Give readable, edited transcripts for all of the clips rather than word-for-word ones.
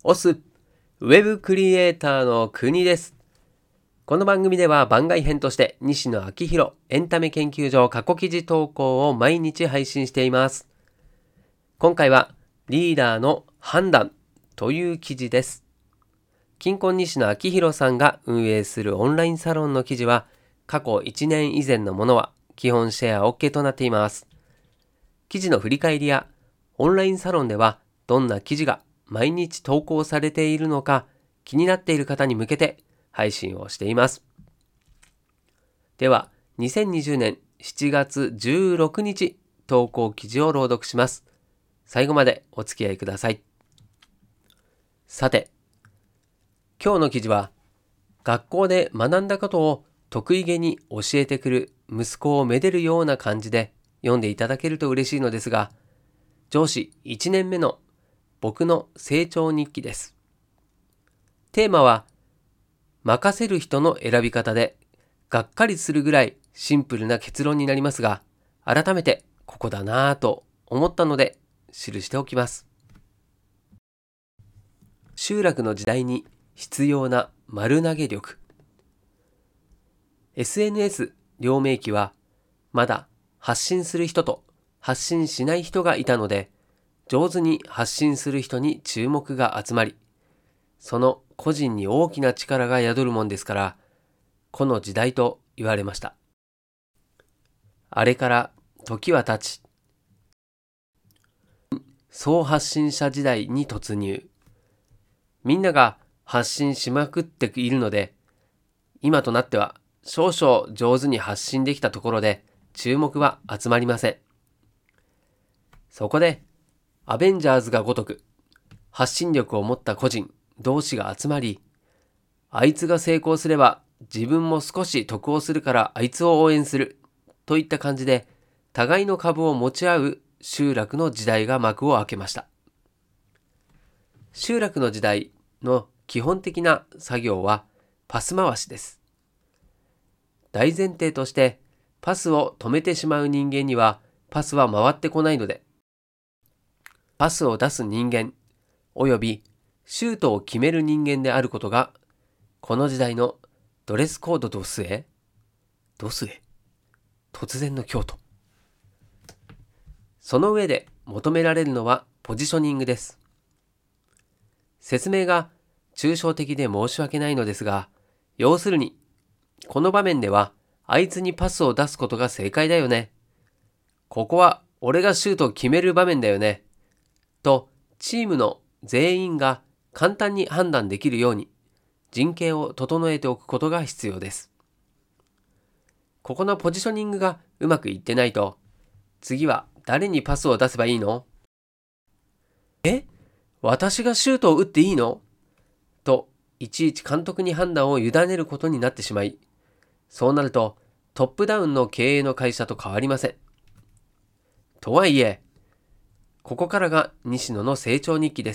オス、ウェブクリエイターの国です。この番組では番外編として西野昭弘エンタメ研究所過去記事投稿を毎日配信しています。今回はリーダーの判断という記事です。近婚西野昭弘さんが運営するオンラインサロンの記事は過去1年以前のものは基本シェア OK となっています。記事の振り返りやオンラインサロンではどんな記事が毎日投稿されているのか気になっている方に向けて配信をしています。では、2020年7月16日投稿記事を朗読します。最後までお付き合いください。さて、今日の記事は学校で学んだことを得意げに教えてくる息子をめでるような感じで読んでいただけると嬉しいのですが、上司1年目の僕の成長日記です。テーマは、任せる人の選び方で、がっかりするぐらいシンプルな結論になりますが、改めてここだなぁと思ったので記しておきます。集落の時代に必要な丸投げ力。SNS 両名機は、まだ発信する人と発信しない人がいたので、上手に発信する人に注目が集まり、その個人に大きな力が宿るもんですから、この時代と言われました。あれから時は経ち、総発信者時代に突入。みんなが発信しまくっているので、今となっては少々上手に発信できたところで注目は集まりません。そこで、アベンジャーズがごとく、発信力を持った個人同士が集まり、あいつが成功すれば自分も少し得をするからあいつを応援するといった感じで、互いの株を持ち合う集落の時代が幕を開けました。集落の時代の基本的な作業はパス回しです。大前提として、パスを止めてしまう人間にはパスは回ってこないので、パスを出す人間、およびシュートを決める人間であることが、この時代のドレスコード突然の京都。その上で求められるのはポジショニングです。説明が抽象的で申し訳ないのですが、要するに、この場面ではあいつにパスを出すことが正解だよね。ここは俺がシュートを決める場面だよね。と、チームの全員が簡単に判断できるように陣形を整えておくことが必要です。ここのポジショニングがうまくいってないと、次は誰にパスを出せばいいの？私がシュートを打っていいの？と、いちいち監督に判断を委ねることになってしまい、そうなるとトップダウンの経営の会社と変わりません。とはいえ、ここからが西野の成長日記です。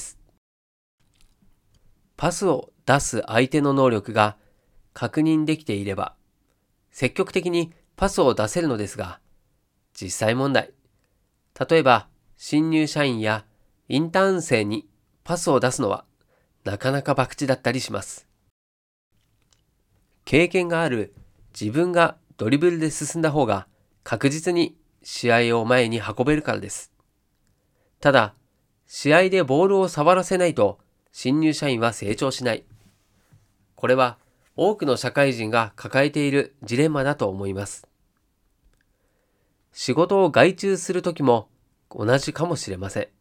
パスを出す相手の能力が確認できていれば、積極的にパスを出せるのですが、実際問題、例えば新入社員やインターン生にパスを出すのはなかなか博打だったりします。経験がある自分がドリブルで進んだ方が確実に試合を前に運べるからです。ただ、試合でボールを触らせないと新入社員は成長しない。これは多くの社会人が抱えているジレンマだと思います。仕事を外注するときも同じかもしれません。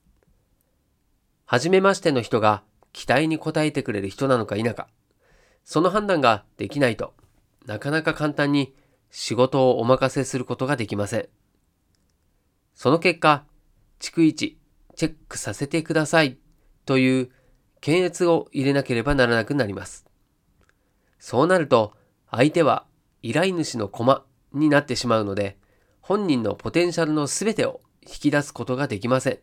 初めましての人が期待に応えてくれる人なのか否か、その判断ができないとなかなか簡単に仕事をお任せすることができません。その結果、逐一チェックさせてくださいという検閲を入れなければならなくなります。そうなると相手は依頼主の駒になってしまうので、本人のポテンシャルのすべてを引き出すことができません。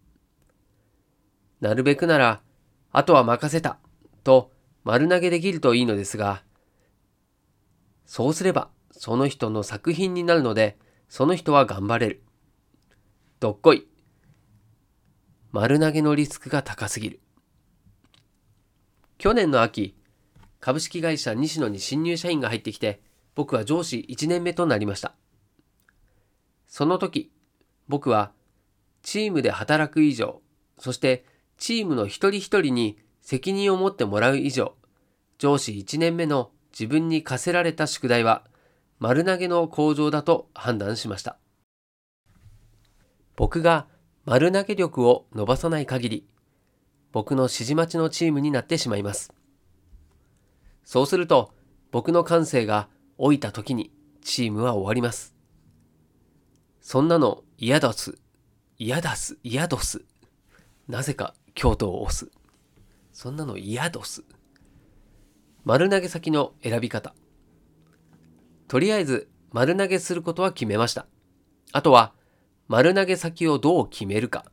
なるべくなら、あとは任せたと丸投げできるといいのですが、そうすればその人の作品になるので、その人は頑張れる。どっこい。丸投げのリスクが高すぎる。 去年の秋、株式会社西野に新入社員が入ってきて、僕は上司1年目となりました。その時、僕はチームで働く以上、そしてチームの一人一人に責任を持ってもらう以上、上司1年目の自分に課せられた宿題は丸投げの向上だと判断しました。僕が丸投げ力を伸ばさない限り、僕の指示待ちのチームになってしまいます。そうすると、僕の感性が老いた時にチームは終わります。そんなの嫌だす。なぜか京都を押す。そんなの嫌どす。丸投げ先の選び方。とりあえず丸投げすることは決めました。あとは丸投げ先をどう決めるか。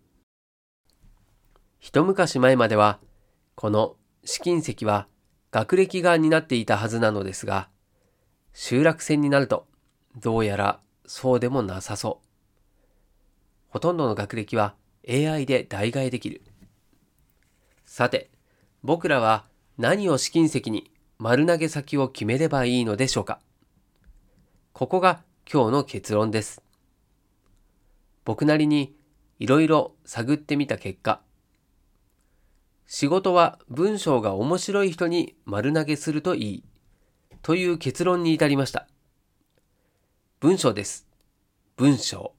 一昔前まではこの試金石は学歴が担っていたはずなのですが、集落戦になるとどうやらそうでもなさそう。ほとんどの学歴は AI で代替えできる。さて、僕らは何を試金石に丸投げ先を決めればいいのでしょうか。ここが今日の結論です。僕なりにいろいろ探ってみた結果、仕事は文章が面白い人に丸投げするといいという結論に至りました。文章です。文章。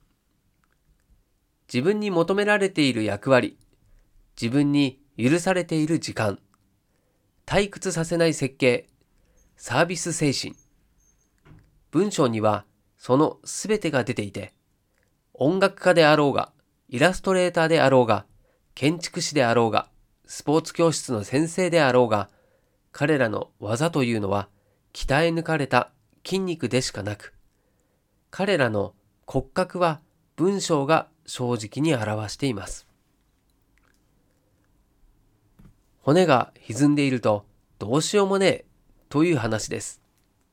自分に求められている役割、自分に許されている時間、退屈させない設計、サービス精神。文章にはそのすべてが出ていて、音楽家であろうが、イラストレーターであろうが、建築士であろうが、スポーツ教室の先生であろうが、彼らの技というのは鍛え抜かれた筋肉でしかなく、彼らの骨格は文章が正直に表しています。骨が歪んでいるとどうしようもねえという話です。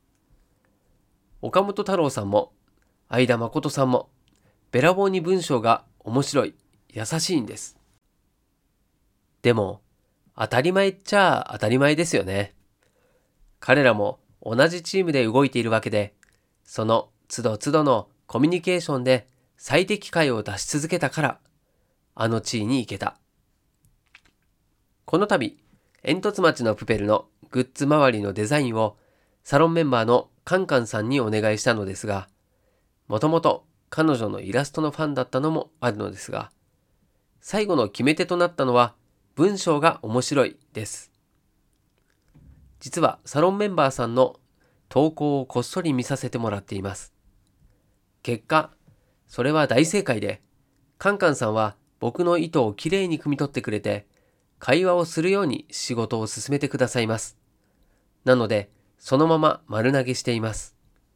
岡本太郎さんも相田誠さんもべらぼうに文章が面白い、優しいんです。でも当たり前っちゃ当たり前ですよね。彼らも同じチームで動いているわけで、その都度都度のコミュニケーションで最適解を出し続けたから、あの地位に行けた。この度、煙突町のプペルのグッズ周りのデザインをサロンメンバーのカンカンさんにお願いしたのですが、もともと彼女のイラストのファンだったのもあるのですが、最後の決め手となったのは文章が面白いです。実はサロンメンバーさんの投稿をこっそり見させてもらっています。結果、それは大正解で、カンカンさんは僕の意図をきれいに汲み取ってくれて、会話をするように仕事を進めてくださいます。なので、そのまま丸投げしています。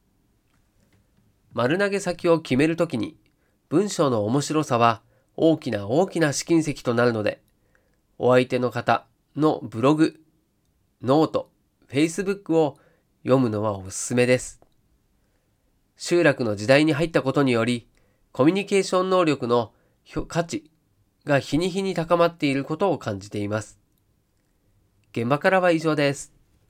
丸投げ先を決めるときに、文章の面白さは大きな大きな試金石となるので、お相手の方のブログ、ノート、Facebook を読むのはおすすめです。集落の時代に入ったことにより、コミュニケーション能力の価値が日に日に高まっていることを感じています。現場からは以上です。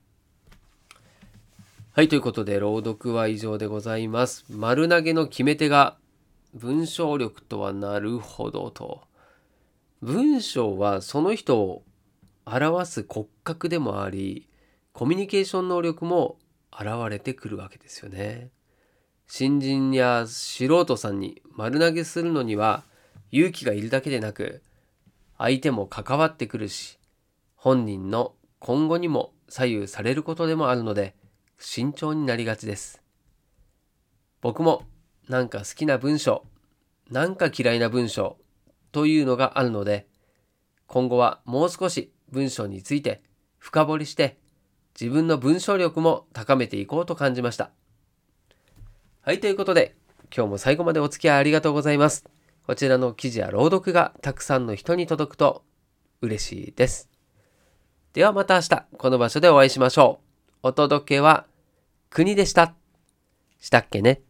はい、ということで朗読は以上でございます。丸投げの決め手が文章力とはなるほどと。文章はその人を表す骨格でもあり、コミュニケーション能力も現れてくるわけですよね。新人や素人さんに丸投げするのには勇気がいるだけでなく、相手も関わってくるし、本人の今後にも左右されることでもあるので、慎重になりがちです。僕もなんか好きな文章、なんか嫌いな文章というのがあるので、今後はもう少し文章について深掘りして、自分の文章力も高めていこうと感じました。はい、ということで、今日も最後までお付き合いありがとうございます。こちらの記事や朗読がたくさんの人に届くと嬉しいです。ではまた明日、この場所でお会いしましょう。お届けは、国でした。したっけね。